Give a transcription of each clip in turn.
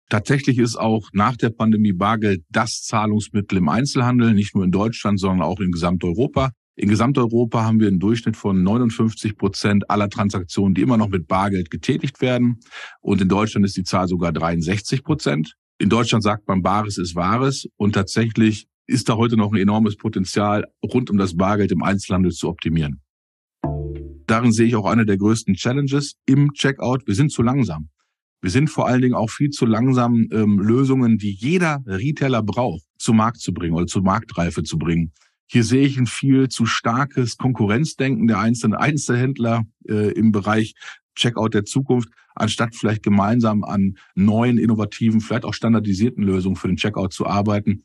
Tatsächlich ist auch nach der Pandemie Bargeld das Zahlungsmittel im Einzelhandel, nicht nur in Deutschland, sondern auch in Gesamteuropa. In Gesamteuropa haben wir einen Durchschnitt von 59% aller Transaktionen, die immer noch mit Bargeld getätigt werden. Und in Deutschland ist die Zahl sogar 63%. In Deutschland sagt man, Bares ist Wahres. Und tatsächlich ist da heute noch ein enormes Potenzial, rund um das Bargeld im Einzelhandel zu optimieren. Darin sehe ich auch eine der größten Challenges im Checkout. Wir sind zu langsam. Wir sind vor allen Dingen auch viel zu langsam, Lösungen, die jeder Retailer braucht, zum Markt zu bringen oder zur Marktreife zu bringen. Hier sehe ich ein viel zu starkes Konkurrenzdenken der einzelnen Einzelhändler im Bereich Checkout der Zukunft, anstatt vielleicht gemeinsam an neuen, innovativen, vielleicht auch standardisierten Lösungen für den Checkout zu arbeiten.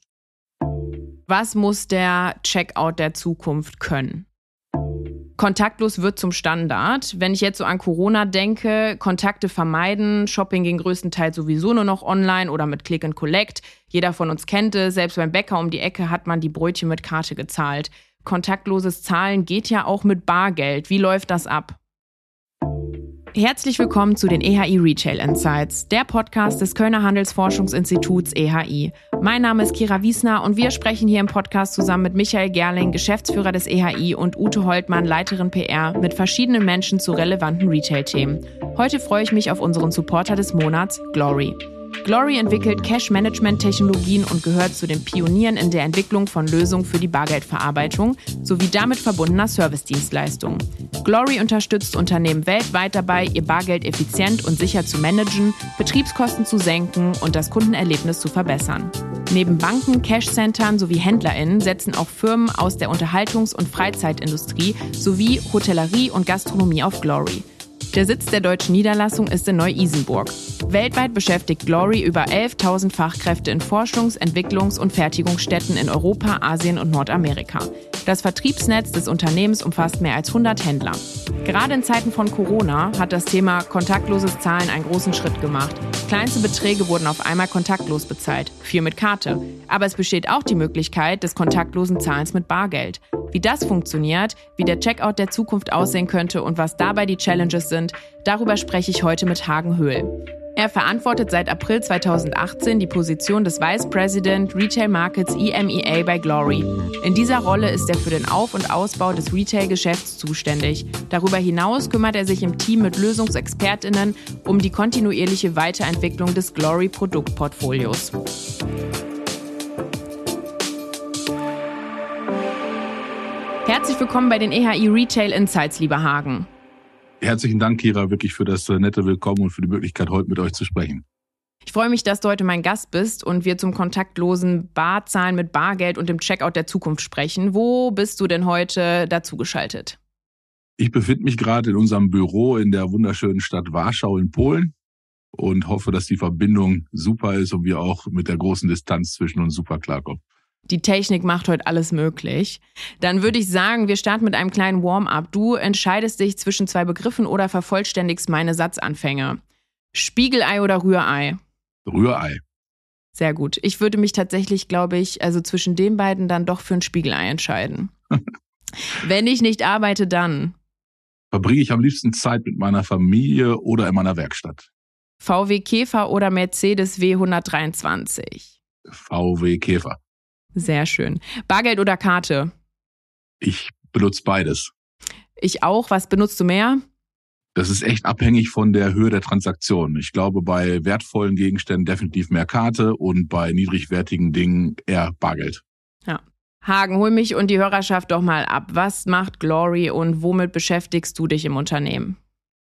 Was muss der Checkout der Zukunft können? Kontaktlos wird zum Standard. Wenn ich jetzt so an Corona denke, Kontakte vermeiden, Shopping ging größtenteils sowieso nur noch online oder mit Click and Collect. Jeder von uns kennt es, selbst beim Bäcker um die Ecke hat man die Brötchen mit Karte gezahlt. Kontaktloses Zahlen geht ja auch mit Bargeld. Wie läuft das ab? Herzlich willkommen zu den EHI Retail Insights, der Podcast des Kölner Handelsforschungsinstituts EHI. Mein Name ist Kira Wiesner und wir sprechen hier im Podcast zusammen mit Michael Gerling, Geschäftsführer des EHI, und Ute Holtmann, Leiterin PR, mit verschiedenen Menschen zu relevanten Retail-Themen. Heute freue ich mich auf unseren Supporter des Monats, Glory. Glory entwickelt Cash-Management-Technologien und gehört zu den Pionieren in der Entwicklung von Lösungen für die Bargeldverarbeitung sowie damit verbundener Servicedienstleistungen. Glory unterstützt Unternehmen weltweit dabei, ihr Bargeld effizient und sicher zu managen, Betriebskosten zu senken und das Kundenerlebnis zu verbessern. Neben Banken, Cash-Centern sowie HändlerInnen setzen auch Firmen aus der Unterhaltungs- und Freizeitindustrie sowie Hotellerie und Gastronomie auf Glory. Der Sitz der deutschen Niederlassung ist in Neu-Isenburg. Weltweit beschäftigt Glory über 11.000 Fachkräfte in Forschungs-, Entwicklungs- und Fertigungsstätten in Europa, Asien und Nordamerika. Das Vertriebsnetz des Unternehmens umfasst mehr als 100 Händler. Gerade in Zeiten von Corona hat das Thema kontaktloses Zahlen einen großen Schritt gemacht. Kleinste Beträge wurden auf einmal kontaktlos bezahlt, viel mit Karte. Aber es besteht auch die Möglichkeit des kontaktlosen Zahlens mit Bargeld. Wie das funktioniert, wie der Checkout der Zukunft aussehen könnte und was dabei die Challenges sind, darüber spreche ich heute mit Hagen Höhl. Er verantwortet seit April 2018 die Position des Vice President Retail Markets EMEA bei Glory. In dieser Rolle ist er für den Auf- und Ausbau des Retail-Geschäfts zuständig. Darüber hinaus kümmert er sich im Team mit LösungsexpertInnen um die kontinuierliche Weiterentwicklung des Glory-Produktportfolios. Herzlich willkommen bei den EHI Retail Insights, lieber Hagen. Herzlichen Dank, Kira, wirklich für das nette Willkommen und für die Möglichkeit, heute mit euch zu sprechen. Ich freue mich, dass du heute mein Gast bist und wir zum kontaktlosen Barzahlen mit Bargeld und dem Checkout der Zukunft sprechen. Wo bist du denn heute dazugeschaltet? Ich befinde mich gerade in unserem Büro in der wunderschönen Stadt Warschau in Polen und hoffe, dass die Verbindung super ist und wir auch mit der großen Distanz zwischen uns super klarkommen. Die Technik macht heute alles möglich. Dann würde ich sagen, wir starten mit einem kleinen Warm-up. Du entscheidest dich zwischen zwei Begriffen oder vervollständigst meine Satzanfänge. Spiegelei oder Rührei? Rührei. Sehr gut. Ich würde mich tatsächlich, glaube ich, also zwischen den beiden dann doch für ein Spiegelei entscheiden. Wenn ich nicht arbeite, dann? Verbringe ich am liebsten Zeit mit meiner Familie oder in meiner Werkstatt. VW Käfer oder Mercedes W123? VW Käfer. Sehr schön. Bargeld oder Karte? Ich benutze beides. Ich auch. Was benutzt du mehr? Das ist echt abhängig von der Höhe der Transaktion. Ich glaube, bei wertvollen Gegenständen definitiv mehr Karte und bei niedrigwertigen Dingen eher Bargeld. Ja. Hagen, hol mich und die Hörerschaft doch mal ab. Was macht Glory und womit beschäftigst du dich im Unternehmen?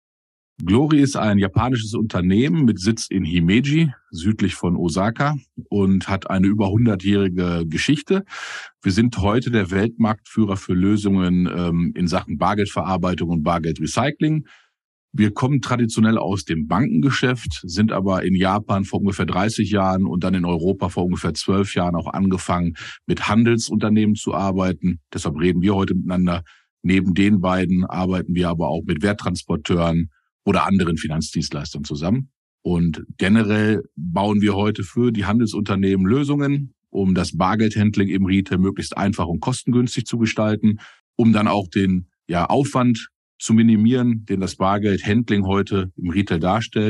Glory ist ein japanisches Unternehmen mit Sitz in Himeji, südlich von Osaka, und hat eine über 100-jährige Geschichte. Wir sind heute der Weltmarktführer für Lösungen in Sachen Bargeldverarbeitung und Bargeldrecycling. Wir kommen traditionell aus dem Bankengeschäft, sind aber in Japan vor ungefähr 30 Jahren und dann in Europa vor ungefähr 12 Jahren auch angefangen, mit Handelsunternehmen zu arbeiten. Deshalb reden wir heute miteinander. Neben den beiden arbeiten wir aber auch mit Werttransporteuren oder anderen Finanzdienstleistern zusammen. Und generell bauen wir heute für die Handelsunternehmen Lösungen, um das Bargeldhandling im Retail möglichst einfach und kostengünstig zu gestalten, um dann auch den Aufwand zu minimieren, den das Bargeldhandling heute im Retail darstellt.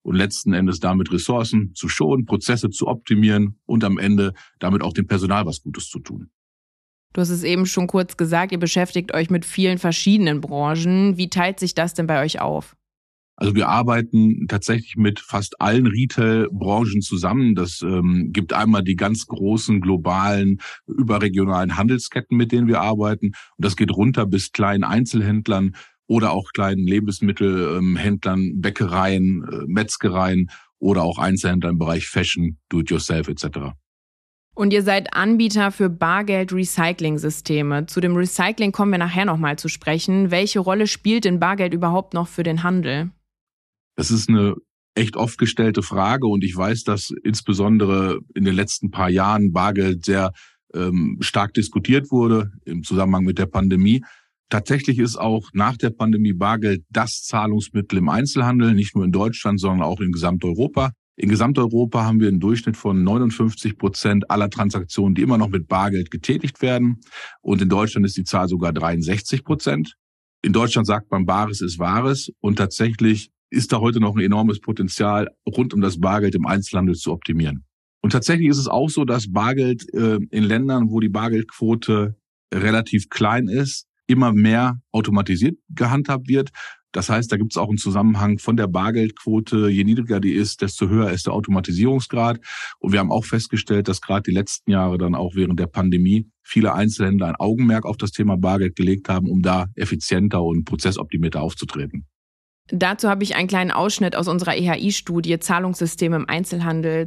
und letzten Endes damit Ressourcen zu schonen, Prozesse zu optimieren und am Ende damit auch dem Personal was Gutes zu tun. Du hast es eben schon kurz gesagt, ihr beschäftigt euch mit vielen verschiedenen Branchen. Wie teilt sich das denn bei euch auf? Also wir arbeiten tatsächlich mit fast allen Retail-Branchen zusammen. Das gibt einmal die ganz großen globalen, überregionalen Handelsketten, mit denen wir arbeiten. Und das geht runter bis kleinen Einzelhändlern oder auch kleinen Lebensmittelhändlern, Bäckereien, Metzgereien oder auch Einzelhändler im Bereich Fashion, Do-it-yourself etc. Und ihr seid Anbieter für Bargeld-Recycling-Systeme. Zu dem Recycling kommen wir nachher nochmal zu sprechen. Welche Rolle spielt denn Bargeld überhaupt noch für den Handel? Das ist eine echt oft gestellte Frage und ich weiß, dass insbesondere in den letzten paar Jahren Bargeld sehr stark diskutiert wurde im Zusammenhang mit der Pandemie. Tatsächlich ist auch nach der Pandemie Bargeld das Zahlungsmittel im Einzelhandel, nicht nur in Deutschland, sondern auch in Gesamteuropa. In Gesamteuropa haben wir einen Durchschnitt von 59% aller Transaktionen, die immer noch mit Bargeld getätigt werden. Und in Deutschland ist die Zahl sogar 63%. In Deutschland sagt man, Bares ist Wahres. Und tatsächlich ist da heute noch ein enormes Potenzial, rund um das Bargeld im Einzelhandel zu optimieren. Und tatsächlich ist es auch so, dass Bargeld in Ländern, wo die Bargeldquote relativ klein ist, immer mehr automatisiert gehandhabt wird. Das heißt, da gibt es auch einen Zusammenhang von der Bargeldquote. Je niedriger die ist, desto höher ist der Automatisierungsgrad. Und wir haben auch festgestellt, dass gerade die letzten Jahre dann auch während der Pandemie viele Einzelhändler ein Augenmerk auf das Thema Bargeld gelegt haben, um da effizienter und prozessoptimierter aufzutreten. Dazu habe ich einen kleinen Ausschnitt aus unserer EHI-Studie Zahlungssysteme im Einzelhandel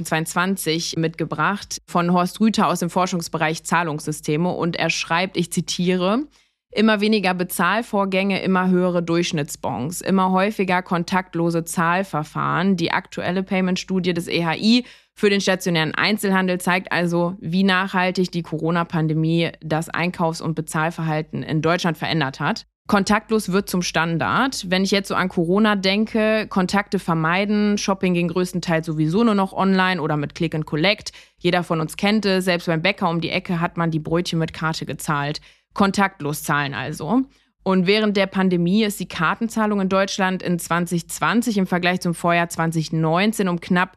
2022 mitgebracht von Horst Rüther aus dem Forschungsbereich Zahlungssysteme. Und er schreibt, ich zitiere: Immer weniger Bezahlvorgänge, immer höhere Durchschnittsbons, immer häufiger kontaktlose Zahlverfahren. Die aktuelle Payment-Studie des EHI für den stationären Einzelhandel zeigt also, wie nachhaltig die Corona-Pandemie das Einkaufs- und Bezahlverhalten in Deutschland verändert hat. Kontaktlos wird zum Standard. Wenn ich jetzt so an Corona denke, Kontakte vermeiden, Shopping ging größtenteils sowieso nur noch online oder mit Click and Collect. Jeder von uns kennt es, selbst beim Bäcker um die Ecke hat man die Brötchen mit Karte gezahlt. Kontaktlos zahlen also. Und während der Pandemie ist die Kartenzahlung in Deutschland in 2020 im Vergleich zum Vorjahr 2019 um knapp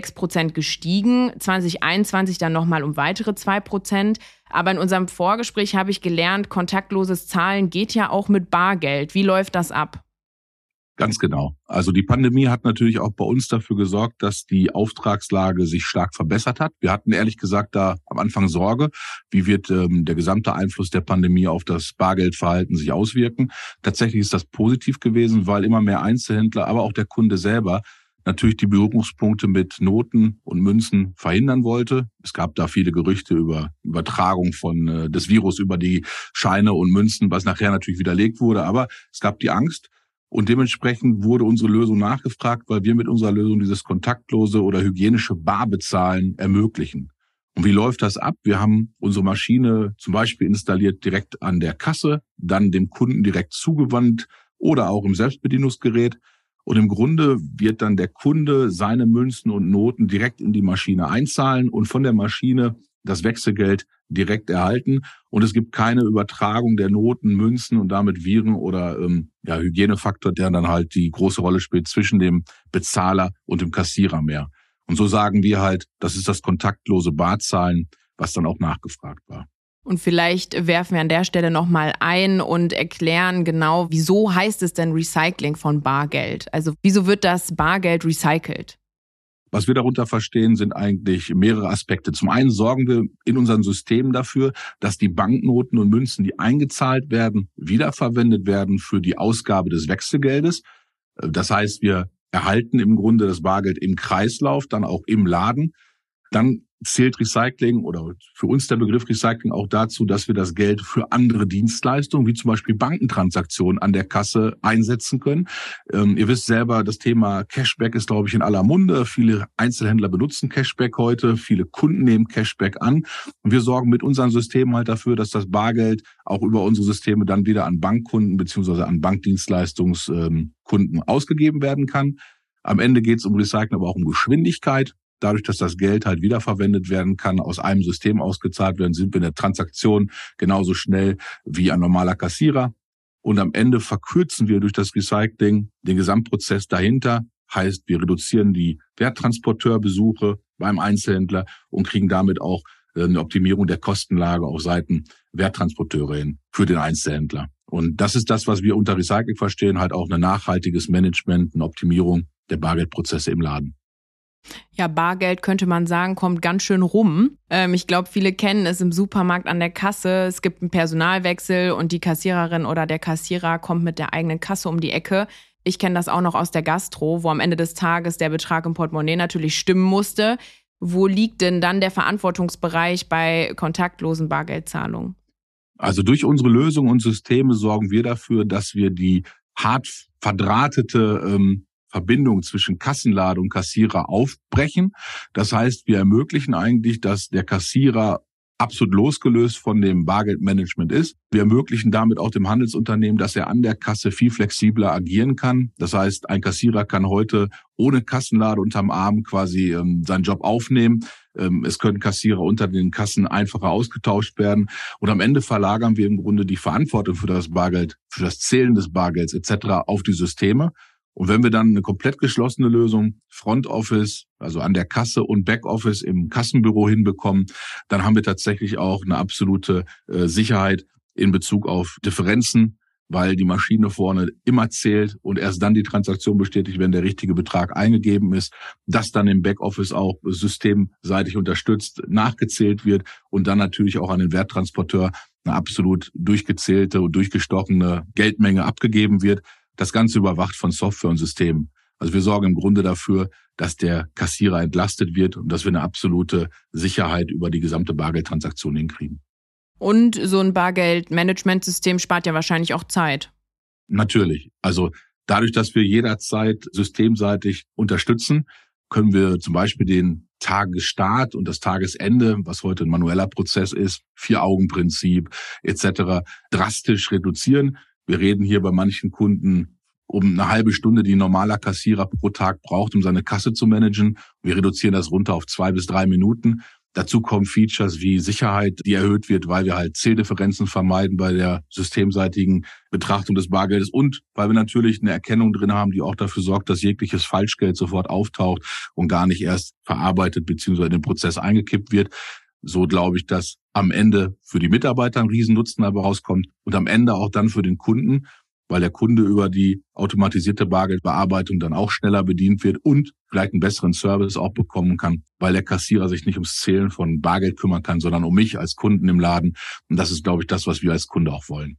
6% gestiegen, 2021 dann nochmal um weitere 2%. Aber in unserem Vorgespräch habe ich gelernt, kontaktloses Zahlen geht ja auch mit Bargeld. Wie läuft das ab? Ganz genau. Also die Pandemie hat natürlich auch bei uns dafür gesorgt, dass die Auftragslage sich stark verbessert hat. Wir hatten ehrlich gesagt da am Anfang Sorge, wie wird der gesamte Einfluss der Pandemie auf das Bargeldverhalten sich auswirken. Tatsächlich ist das positiv gewesen, weil immer mehr Einzelhändler, aber auch der Kunde selber natürlich die Berührungspunkte mit Noten und Münzen verhindern wollte. Es gab da viele Gerüchte über Übertragung des Virus über die Scheine und Münzen, was nachher natürlich widerlegt wurde. Aber es gab die Angst. Und dementsprechend wurde unsere Lösung nachgefragt, weil wir mit unserer Lösung dieses kontaktlose oder hygienische Barbezahlen ermöglichen. Und wie läuft das ab? Wir haben unsere Maschine zum Beispiel installiert direkt an der Kasse, dann dem Kunden direkt zugewandt oder auch im Selbstbedienungsgerät. Und im Grunde wird dann der Kunde seine Münzen und Noten direkt in die Maschine einzahlen und von der Maschine das Wechselgeld direkt erhalten. Und es gibt keine Übertragung der Noten, Münzen und damit Viren oder Hygienefaktor, der dann halt die große Rolle spielt zwischen dem Bezahler und dem Kassierer mehr. Und so sagen wir halt, das ist das kontaktlose Barzahlen, was dann auch nachgefragt war. Und vielleicht werfen wir an der Stelle nochmal ein und erklären genau, wieso heißt es denn Recycling von Bargeld? Also wieso wird das Bargeld recycelt? Was wir darunter verstehen, sind eigentlich mehrere Aspekte. Zum einen sorgen wir in unseren Systemen dafür, dass die Banknoten und Münzen, die eingezahlt werden, wiederverwendet werden für die Ausgabe des Wechselgeldes. Das heißt, wir erhalten im Grunde das Bargeld im Kreislauf, dann auch im Laden. Dann zählt Recycling oder für uns der Begriff Recycling auch dazu, dass wir das Geld für andere Dienstleistungen, wie zum Beispiel Bankentransaktionen an der Kasse einsetzen können. Ihr wisst selber, das Thema Cashback ist, glaube ich, in aller Munde. Viele Einzelhändler benutzen Cashback heute, viele Kunden nehmen Cashback an. Und wir sorgen mit unseren Systemen halt dafür, dass das Bargeld auch über unsere Systeme dann wieder an Bankkunden bzw. an Bankdienstleistungskunden ausgegeben werden kann. Am Ende geht es um Recycling, aber auch um Geschwindigkeit. Dadurch, dass das Geld halt wiederverwendet werden kann, aus einem System ausgezahlt werden, sind wir in der Transaktion genauso schnell wie ein normaler Kassierer. Und am Ende verkürzen wir durch das Recycling den Gesamtprozess dahinter, Heißt, wir reduzieren die Werttransporteurbesuche beim Einzelhändler und kriegen damit auch eine Optimierung der Kostenlage auf Seiten Werttransporteure hin für den Einzelhändler. Und das ist das, was wir unter Recycling verstehen, halt auch ein nachhaltiges Management, eine Optimierung der Bargeldprozesse im Laden. Ja, Bargeld könnte man sagen, kommt ganz schön rum. Ich glaube, viele kennen es im Supermarkt an der Kasse. Es gibt einen Personalwechsel und die Kassiererin oder der Kassierer kommt mit der eigenen Kasse um die Ecke. Ich kenne das auch noch aus der Gastro, wo am Ende des Tages der Betrag im Portemonnaie natürlich stimmen musste. Wo liegt denn dann der Verantwortungsbereich bei kontaktlosen Bargeldzahlungen? Also durch unsere Lösungen und Systeme sorgen wir dafür, dass wir die hart verdrahtete Verbindung zwischen Kassenlade und Kassierer aufbrechen. Das heißt, wir ermöglichen eigentlich, dass der Kassierer absolut losgelöst von dem Bargeldmanagement ist. Wir ermöglichen damit auch dem Handelsunternehmen, dass er an der Kasse viel flexibler agieren kann. Das heißt, ein Kassierer kann heute ohne Kassenlade unterm Arm quasi seinen Job aufnehmen. Es können Kassierer unter den Kassen einfacher ausgetauscht werden. Und am Ende verlagern wir im Grunde die Verantwortung für das Bargeld, für das Zählen des Bargelds etc. auf die Systeme. Und wenn wir dann eine komplett geschlossene Lösung, Front Office, also an der Kasse und Backoffice im Kassenbüro hinbekommen, dann haben wir tatsächlich auch eine absolute Sicherheit in Bezug auf Differenzen, weil die Maschine vorne immer zählt und erst dann die Transaktion bestätigt, wenn der richtige Betrag eingegeben ist, das dann im Backoffice auch systemseitig unterstützt, nachgezählt wird und dann natürlich auch an den Werttransporteur eine absolut durchgezählte und durchgestochene Geldmenge abgegeben wird. Das Ganze überwacht von Software und Systemen. Also wir sorgen im Grunde dafür, dass der Kassierer entlastet wird und dass wir eine absolute Sicherheit über die gesamte Bargeldtransaktion hinkriegen. Und so ein Bargeldmanagementsystem spart ja wahrscheinlich auch Zeit. Natürlich. Also dadurch, dass wir jederzeit systemseitig unterstützen, können wir zum Beispiel den Tagesstart und das Tagesende, was heute ein manueller Prozess ist, 4-Augen-Prinzip etc. drastisch reduzieren. Wir reden hier bei manchen Kunden um eine halbe Stunde, die ein normaler Kassierer pro Tag braucht, um seine Kasse zu managen. Wir reduzieren das runter auf 2 bis 3 Minuten. Dazu kommen Features wie Sicherheit, die erhöht wird, weil wir halt Zähldifferenzen vermeiden bei der systemseitigen Betrachtung des Bargeldes und weil wir natürlich eine Erkennung drin haben, die auch dafür sorgt, dass jegliches Falschgeld sofort auftaucht und gar nicht erst verarbeitet bzw. in den Prozess eingekippt wird. So glaube ich, dass am Ende für die Mitarbeiter ein Riesennutzen dabei rauskommt und am Ende auch dann für den Kunden, weil der Kunde über die automatisierte Bargeldbearbeitung dann auch schneller bedient wird und vielleicht einen besseren Service auch bekommen kann, weil der Kassierer sich nicht ums Zählen von Bargeld kümmern kann, sondern um mich als Kunden im Laden. Und das ist, glaube ich, das, was wir als Kunde auch wollen.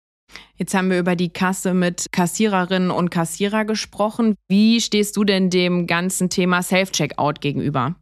Jetzt haben wir über die Kasse mit Kassiererinnen und Kassierer gesprochen. Wie stehst du denn dem ganzen Thema Self-Checkout gegenüber?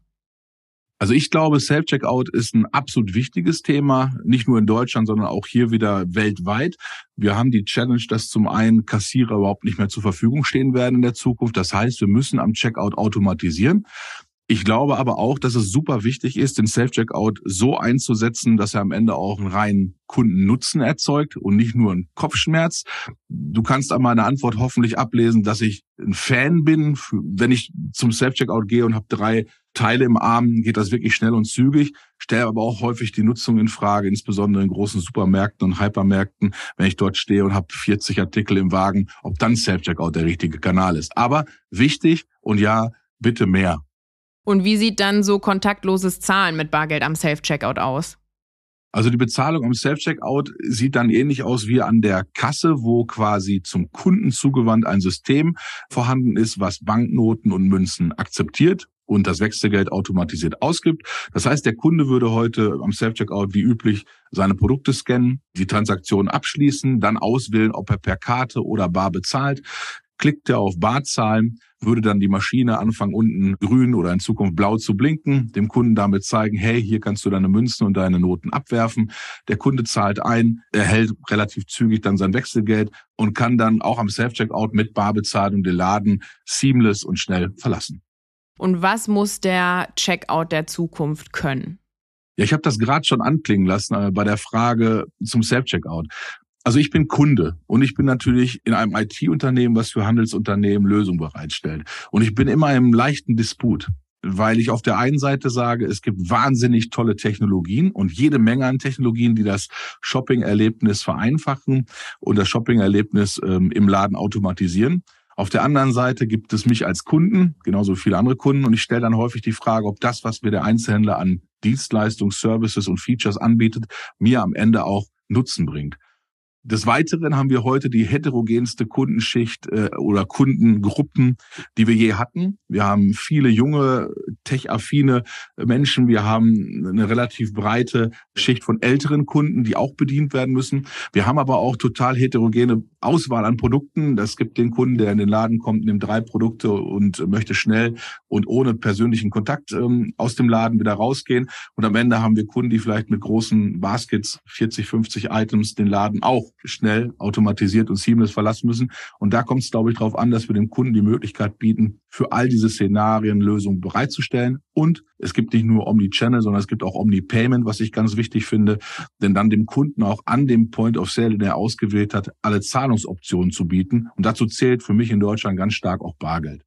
Also ich glaube, Self-Checkout ist ein absolut wichtiges Thema, nicht nur in Deutschland, sondern auch hier wieder weltweit. Wir haben die Challenge, dass zum einen Kassierer überhaupt nicht mehr zur Verfügung stehen werden in der Zukunft. Das heißt, wir müssen am Checkout automatisieren. Ich glaube aber auch, dass es super wichtig ist, den Self-Checkout so einzusetzen, dass er am Ende auch einen reinen Kundennutzen erzeugt und nicht nur einen Kopfschmerz. Du kannst an meiner Antwort hoffentlich ablesen, dass ich ein Fan bin. Wenn ich zum Self-Checkout gehe und habe 3 Teile im Arm, geht das wirklich schnell und zügig, stelle aber auch häufig die Nutzung in Frage, insbesondere in großen Supermärkten und Hypermärkten, wenn ich dort stehe und habe 40 Artikel im Wagen, ob dann Self-Checkout der richtige Kanal ist. Aber wichtig und ja, bitte mehr. Und wie sieht dann so kontaktloses Zahlen mit Bargeld am Self-Checkout aus? Also die Bezahlung am Self-Checkout sieht dann ähnlich aus wie an der Kasse, wo quasi zum Kunden zugewandt ein System vorhanden ist, was Banknoten und Münzen akzeptiert und das Wechselgeld automatisiert ausgibt. Das heißt, der Kunde würde heute am Self-Checkout wie üblich seine Produkte scannen, die Transaktion abschließen, dann auswählen, ob er per Karte oder bar bezahlt. Klickt er auf Barzahlen, würde dann die Maschine anfangen, unten grün oder in Zukunft blau zu blinken, dem Kunden damit zeigen, hey, hier kannst du deine Münzen und deine Noten abwerfen. Der Kunde zahlt ein, erhält relativ zügig dann sein Wechselgeld und kann dann auch am Self-Checkout mit Barbezahlung den Laden seamless und schnell verlassen. Und was muss der Checkout der Zukunft können? Ja, ich habe das gerade schon anklingen lassen bei der Frage zum Self-Checkout. Also ich bin Kunde und ich bin natürlich in einem IT-Unternehmen, was für Handelsunternehmen Lösungen bereitstellt. Und ich bin immer im leichten Disput, weil ich auf der einen Seite sage, es gibt wahnsinnig tolle Technologien und jede Menge an Technologien, die das Shopping-Erlebnis vereinfachen und das Shopping-Erlebnis im Laden automatisieren. Auf der anderen Seite gibt es mich als Kunden, genauso wie viele andere Kunden, und ich stelle dann häufig die Frage, ob das, was mir der Einzelhändler an Dienstleistungen, Services und Features anbietet, mir am Ende auch Nutzen bringt. Des Weiteren haben wir heute die heterogenste Kundenschicht oder Kundengruppen, die wir je hatten. Wir haben viele junge, tech-affine Menschen. Wir haben eine relativ breite Schicht von älteren Kunden, die auch bedient werden müssen. Wir haben aber auch total heterogene Auswahl an Produkten. Das gibt den Kunden, der in den Laden kommt, nimmt 3 Produkte und möchte schnell und ohne persönlichen Kontakt aus dem Laden wieder rausgehen. Und am Ende haben wir Kunden, die vielleicht mit großen Baskets, 40, 50 Items, den Laden auch schnell, automatisiert und seamless verlassen müssen. Und da kommt es, glaube ich, darauf an, dass wir dem Kunden die Möglichkeit bieten, für all diese Szenarien Lösungen bereitzustellen. Und es gibt nicht nur Omnichannel, sondern es gibt auch Omnipayment, was ich ganz wichtig finde, denn dann dem Kunden auch an dem Point of Sale, den er ausgewählt hat, alle Zahlungsoptionen zu bieten. Und dazu zählt für mich in Deutschland ganz stark auch Bargeld.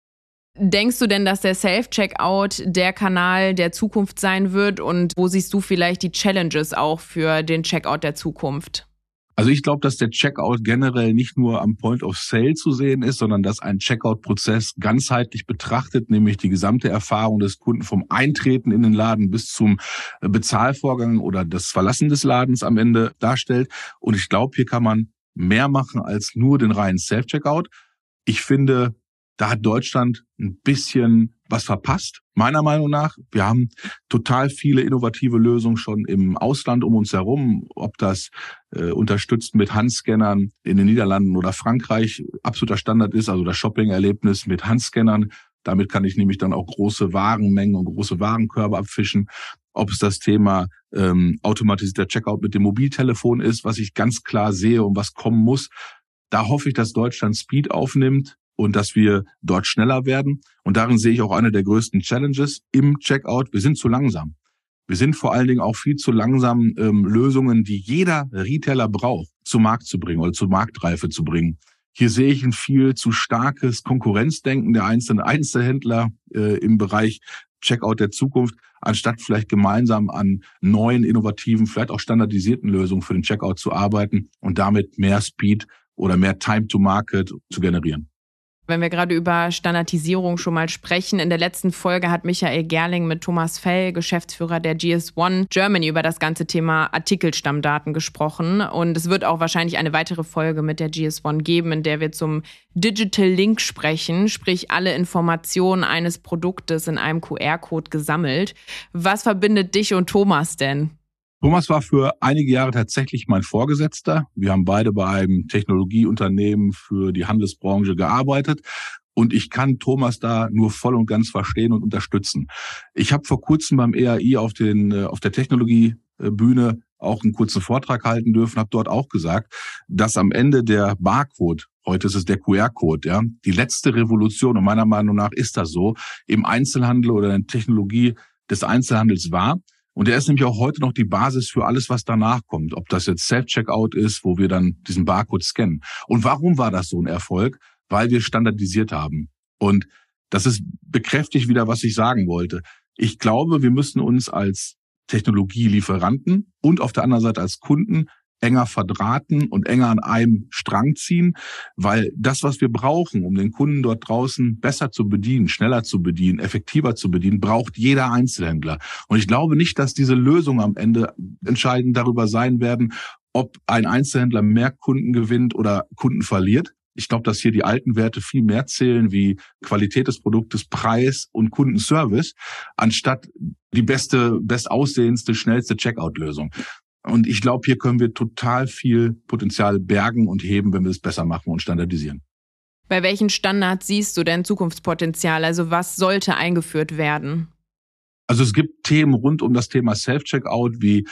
Denkst du denn, dass der Self-Checkout der Kanal der Zukunft sein wird? Und wo siehst du vielleicht die Challenges auch für den Checkout der Zukunft? Also ich glaube, dass der Checkout generell nicht nur am Point of Sale zu sehen ist, sondern dass ein Checkout-Prozess ganzheitlich betrachtet, nämlich die gesamte Erfahrung des Kunden vom Eintreten in den Laden bis zum Bezahlvorgang oder das Verlassen des Ladens am Ende darstellt. Und ich glaube, hier kann man mehr machen als nur den reinen Self-Checkout. Ich finde, da hat Deutschland ein bisschen was verpasst, meiner Meinung nach. Wir haben total viele innovative Lösungen schon im Ausland um uns herum, ob das unterstützt mit Handscannern in den Niederlanden oder Frankreich absoluter Standard ist, also das Shopping-Erlebnis mit Handscannern. Damit kann ich nämlich dann auch große Warenmengen und große Warenkörbe abfischen. Ob es das Thema automatisierter Checkout mit dem Mobiltelefon ist, was ich ganz klar sehe und was kommen muss. Da hoffe ich, dass Deutschland Speed aufnimmt und dass wir dort schneller werden. Und darin sehe ich auch eine der größten Challenges im Checkout. Wir sind zu langsam. Wir sind vor allen Dingen auch viel zu langsam, Lösungen, die jeder Retailer braucht, zum Markt zu bringen oder zur Marktreife zu bringen. Hier sehe ich ein viel zu starkes Konkurrenzdenken der einzelnen Einzelhändler im Bereich Checkout der Zukunft, anstatt vielleicht gemeinsam an neuen, innovativen, vielleicht auch standardisierten Lösungen für den Checkout zu arbeiten und damit mehr Speed oder mehr Time to Market zu generieren. Wenn wir gerade über Standardisierung schon mal sprechen, in der letzten Folge hat Michael Gerling mit Thomas Fell, Geschäftsführer der GS1 Germany, über das ganze Thema Artikelstammdaten gesprochen. Und es wird auch wahrscheinlich eine weitere Folge mit der GS1 geben, in der wir zum Digital Link sprechen, sprich alle Informationen eines Produktes in einem QR-Code gesammelt. Was verbindet dich und Thomas denn? Thomas war für einige Jahre tatsächlich mein Vorgesetzter. Wir haben beide bei einem Technologieunternehmen für die Handelsbranche gearbeitet. Und ich kann Thomas da nur voll und ganz verstehen und unterstützen. Ich habe vor kurzem beim EAI auf der Technologiebühne auch einen kurzen Vortrag halten dürfen, habe dort auch gesagt, dass am Ende der Barcode, heute ist es der QR-Code, ja, die letzte Revolution, und meiner Meinung nach ist das so, im Einzelhandel oder in der Technologie des Einzelhandels war. Und der ist nämlich auch heute noch die Basis für alles, was danach kommt. Ob das jetzt Self-Checkout ist, wo wir dann diesen Barcode scannen. Und warum war das so ein Erfolg? Weil wir standardisiert haben. Und das ist bekräftigt wieder, was ich sagen wollte. Ich glaube, wir müssen uns als Technologielieferanten und auf der anderen Seite als Kunden enger verdrahten und enger an einem Strang ziehen, weil das, was wir brauchen, um den Kunden dort draußen besser zu bedienen, schneller zu bedienen, effektiver zu bedienen, braucht jeder Einzelhändler. Und ich glaube nicht, dass diese Lösungen am Ende entscheidend darüber sein werden, ob ein Einzelhändler mehr Kunden gewinnt oder Kunden verliert. Ich glaube, dass hier die alten Werte viel mehr zählen wie Qualität des Produktes, Preis und Kundenservice, anstatt die bestaussehendste, schnellste Checkout-Lösung. Und ich glaube, hier können wir total viel Potenzial bergen und heben, wenn wir es besser machen und standardisieren. Bei welchen Standards siehst du denn Zukunftspotenzial? Also was sollte eingeführt werden? Also es gibt Themen rund um das Thema Self-Checkout wie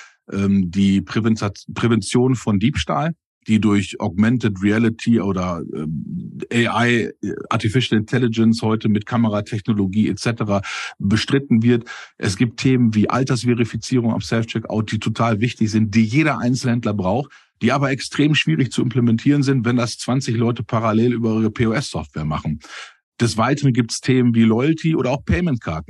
die Prävention von Diebstahl, die durch Augmented Reality oder AI, Artificial Intelligence heute mit Kameratechnologie etc. bestritten wird. Es gibt Themen wie Altersverifizierung am Self-Checkout, die total wichtig sind, die jeder Einzelhändler braucht, die aber extrem schwierig zu implementieren sind, wenn das 20 Leute parallel über ihre POS-Software machen. Des Weiteren gibt es Themen wie Loyalty oder auch Payment-Karten.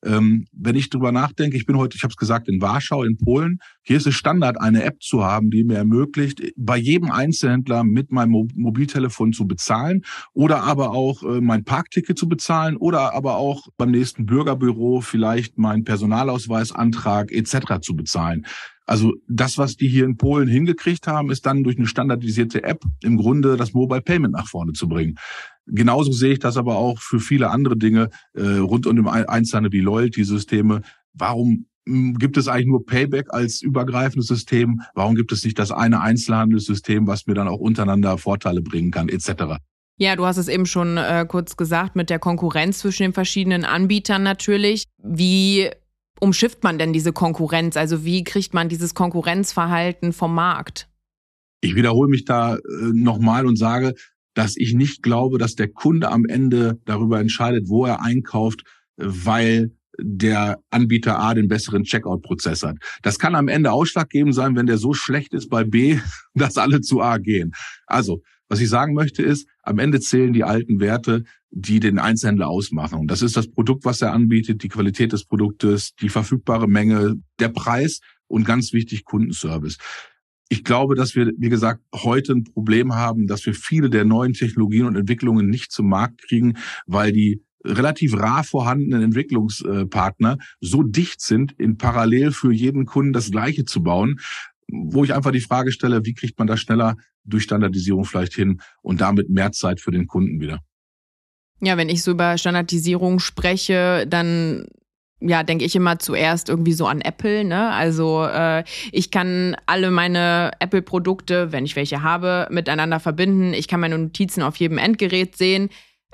Wenn ich drüber nachdenke, ich bin heute, ich habe es gesagt, in Warschau, in Polen. Hier ist es Standard, eine App zu haben, die mir ermöglicht, bei jedem Einzelhändler mit meinem Mobiltelefon zu bezahlen oder aber auch mein Parkticket zu bezahlen oder aber auch beim nächsten Bürgerbüro vielleicht meinen Personalausweisantrag etc. zu bezahlen. Also das, was die hier in Polen hingekriegt haben, ist dann durch eine standardisierte App im Grunde das Mobile Payment nach vorne zu bringen. Genauso sehe ich das aber auch für viele andere Dinge rund um den Einzelhandel wie Loyalty-Systeme. Warum gibt es eigentlich nur Payback als übergreifendes System? Warum gibt es nicht das eine Einzelhandelssystem, was mir dann auch untereinander Vorteile bringen kann, etc.? Ja, du hast es eben schon kurz gesagt, mit der Konkurrenz zwischen den verschiedenen Anbietern natürlich. Wie umschifft man denn diese Konkurrenz? Also wie kriegt man dieses Konkurrenzverhalten vom Markt? Ich wiederhole mich da nochmal und sage, dass ich nicht glaube, dass der Kunde am Ende darüber entscheidet, wo er einkauft, weil der Anbieter A den besseren Checkout-Prozess hat. Das kann am Ende ausschlaggebend sein, wenn der so schlecht ist bei B, dass alle zu A gehen. Also, was ich sagen möchte ist, am Ende zählen die alten Werte, die den Einzelhändler ausmachen. Und das ist das Produkt, was er anbietet, die Qualität des Produktes, die verfügbare Menge, der Preis und ganz wichtig Kundenservice. Ich glaube, dass wir, wie gesagt, heute ein Problem haben, dass wir viele der neuen Technologien und Entwicklungen nicht zum Markt kriegen, weil die relativ rar vorhandenen Entwicklungspartner so dicht sind, in parallel für jeden Kunden das Gleiche zu bauen, wo ich einfach die Frage stelle, wie kriegt man das schneller durch Standardisierung vielleicht hin und damit mehr Zeit für den Kunden wieder? Ja, wenn ich so über Standardisierung spreche, dann denke ich immer zuerst irgendwie so an Apple, ne? Also ich kann alle meine Apple-Produkte, wenn ich welche habe, miteinander verbinden. Ich kann meine Notizen auf jedem Endgerät sehen.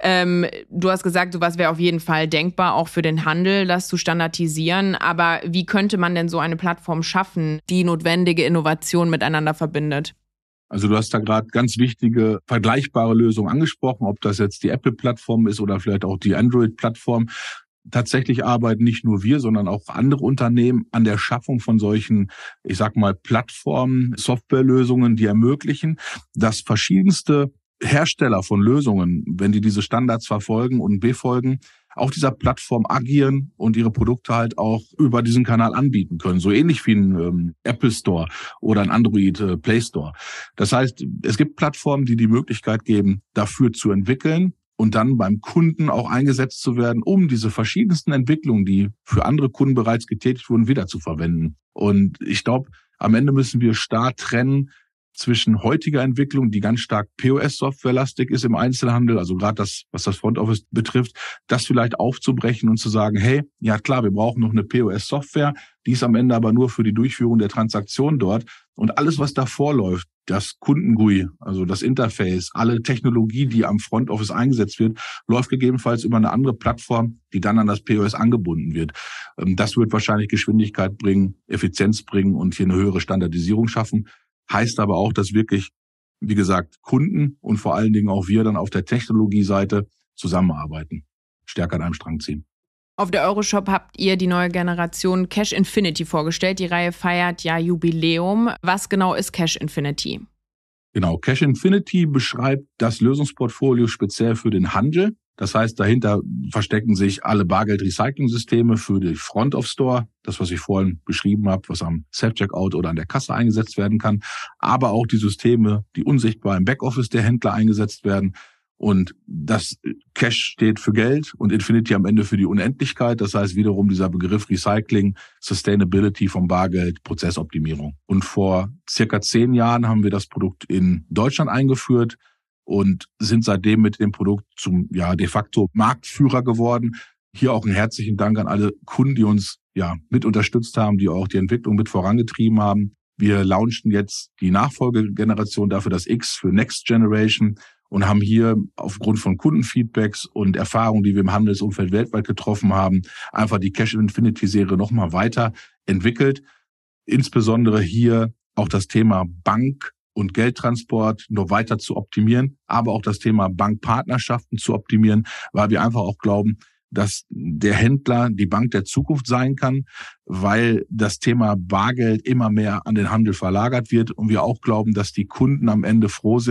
Du hast gesagt, sowas wäre auf jeden Fall denkbar, auch für den Handel, das zu standardisieren. Aber wie könnte man denn so eine Plattform schaffen, die notwendige Innovation miteinander verbindet? Also du hast da gerade ganz wichtige, vergleichbare Lösungen angesprochen, ob das jetzt die Apple-Plattform ist oder vielleicht auch die Android-Plattform. Tatsächlich arbeiten nicht nur wir, sondern auch andere Unternehmen an der Schaffung von solchen, ich sag mal, Plattformen, Softwarelösungen, die ermöglichen, dass verschiedenste Hersteller von Lösungen, wenn die diese Standards verfolgen und befolgen, auf dieser Plattform agieren und ihre Produkte halt auch über diesen Kanal anbieten können. So ähnlich wie ein Apple Store oder ein Android Play Store. Das heißt, es gibt Plattformen, die die Möglichkeit geben, dafür zu entwickeln und dann beim Kunden auch eingesetzt zu werden, um diese verschiedensten Entwicklungen, die für andere Kunden bereits getätigt wurden, wieder zu verwenden. Und ich glaube, am Ende müssen wir stark trennen zwischen heutiger Entwicklung, die ganz stark POS-Software-lastig ist im Einzelhandel, also gerade das, was das Front Office betrifft, das vielleicht aufzubrechen und zu sagen, hey, ja klar, wir brauchen noch eine POS-Software, die ist am Ende aber nur für die Durchführung der Transaktion dort. Und alles, was davor läuft, das Kunden-GUI, also das Interface, alle Technologie, die am Front Office eingesetzt wird, läuft gegebenenfalls über eine andere Plattform, die dann an das POS angebunden wird. Das wird wahrscheinlich Geschwindigkeit bringen, Effizienz bringen und hier eine höhere Standardisierung schaffen. Heißt aber auch, dass wirklich, wie gesagt, Kunden und vor allen Dingen auch wir dann auf der Technologieseite zusammenarbeiten, stärker an einem Strang ziehen. Auf der Euroshop habt ihr die neue Generation Cash Infinity vorgestellt. Die Reihe feiert ja Jubiläum. Was genau ist Cash Infinity? Genau, Cash Infinity beschreibt das Lösungsportfolio speziell für den Handel. Das heißt, dahinter verstecken sich alle Bargeld-Recycling-Systeme für die Front of Store, das, was ich vorhin beschrieben habe, was am Self-Checkout oder an der Kasse eingesetzt werden kann, aber auch die Systeme, die unsichtbar im Backoffice der Händler eingesetzt werden. Und das Cash steht für Geld und Infinity am Ende für die Unendlichkeit. Das heißt wiederum dieser Begriff Recycling, Sustainability vom Bargeld, Prozessoptimierung. Und vor circa 10 Jahren haben wir das Produkt in Deutschland eingeführt und sind seitdem mit dem Produkt zum de facto Marktführer geworden. Hier auch einen herzlichen Dank an alle Kunden, die uns mit unterstützt haben, die auch die Entwicklung mit vorangetrieben haben. Wir launchen jetzt die Nachfolgegeneration, dafür das X für Next Generation, und haben hier aufgrund von Kundenfeedbacks und Erfahrungen, die wir im Handelsumfeld weltweit getroffen haben, einfach die Cash Infinity Serie nochmal weiter entwickelt. Insbesondere hier auch das Thema Bank und Geldtransport noch weiter zu optimieren, aber auch das Thema Bankpartnerschaften zu optimieren, weil wir einfach auch glauben, dass der Händler die Bank der Zukunft sein kann, weil das Thema Bargeld immer mehr an den Handel verlagert wird und wir auch glauben, dass die Kunden am Ende froh sind,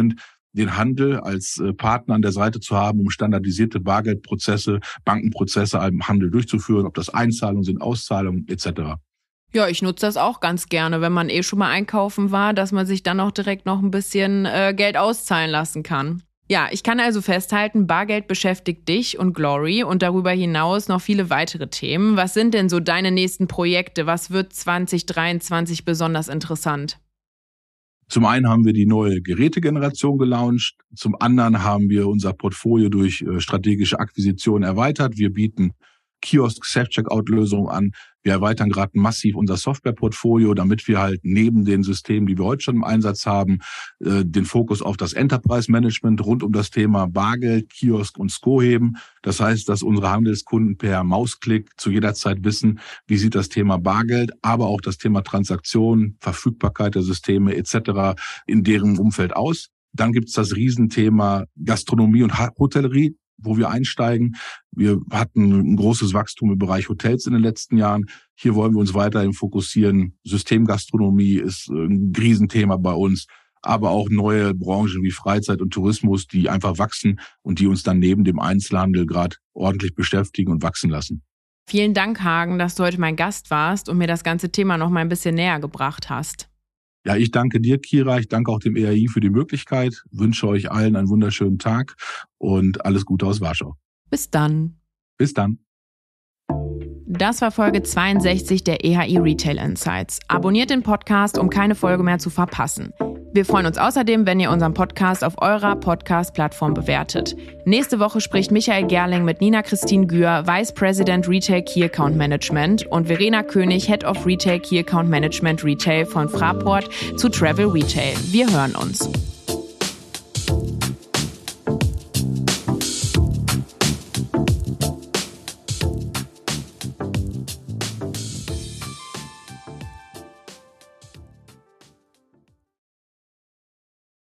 den Handel als Partner an der Seite zu haben, um standardisierte Bargeldprozesse, Bankenprozesse im Handel durchzuführen, ob das Einzahlungen sind, Auszahlungen etc. Ja, ich nutze das auch ganz gerne, wenn man schon mal einkaufen war, dass man sich dann auch direkt noch ein bisschen Geld auszahlen lassen kann. Ja, ich kann also festhalten, Bargeld beschäftigt dich und Glory und darüber hinaus noch viele weitere Themen. Was sind denn so deine nächsten Projekte? Was wird 2023 besonders interessant? Zum einen haben wir die neue Gerätegeneration gelauncht. Zum anderen haben wir unser Portfolio durch strategische Akquisitionen erweitert. Wir bieten Kiosk-Self-Checkout-Lösungen an. Wir erweitern gerade massiv unser Softwareportfolio, damit wir halt neben den Systemen, die wir heute schon im Einsatz haben, den Fokus auf das Enterprise-Management rund um das Thema Bargeld, Kiosk und SCO heben. Das heißt, dass unsere Handelskunden per Mausklick zu jeder Zeit wissen, wie sieht das Thema Bargeld, aber auch das Thema Transaktionen, Verfügbarkeit der Systeme etc. in deren Umfeld aus. Dann gibt es das Riesenthema Gastronomie und Hotellerie, wo wir einsteigen. Wir hatten ein großes Wachstum im Bereich Hotels in den letzten Jahren. Hier wollen wir uns weiterhin fokussieren. Systemgastronomie ist ein Riesenthema bei uns, aber auch neue Branchen wie Freizeit und Tourismus, die einfach wachsen und die uns dann neben dem Einzelhandel gerade ordentlich beschäftigen und wachsen lassen. Vielen Dank, Hagen, dass du heute mein Gast warst und mir das ganze Thema noch mal ein bisschen näher gebracht hast. Ja, ich danke dir, Kira. Ich danke auch dem EAI für die Möglichkeit. Wünsche euch allen einen wunderschönen Tag und alles Gute aus Warschau. Bis dann. Bis dann. Das war Folge 62 der EHI Retail Insights. Abonniert den Podcast, um keine Folge mehr zu verpassen. Wir freuen uns außerdem, wenn ihr unseren Podcast auf eurer Podcast-Plattform bewertet. Nächste Woche spricht Michael Gerling mit Nina Christine Gühr, Vice President Retail Key Account Management und Verena König, Head of Retail Key Account Management Retail von Fraport zu Travel Retail. Wir hören uns.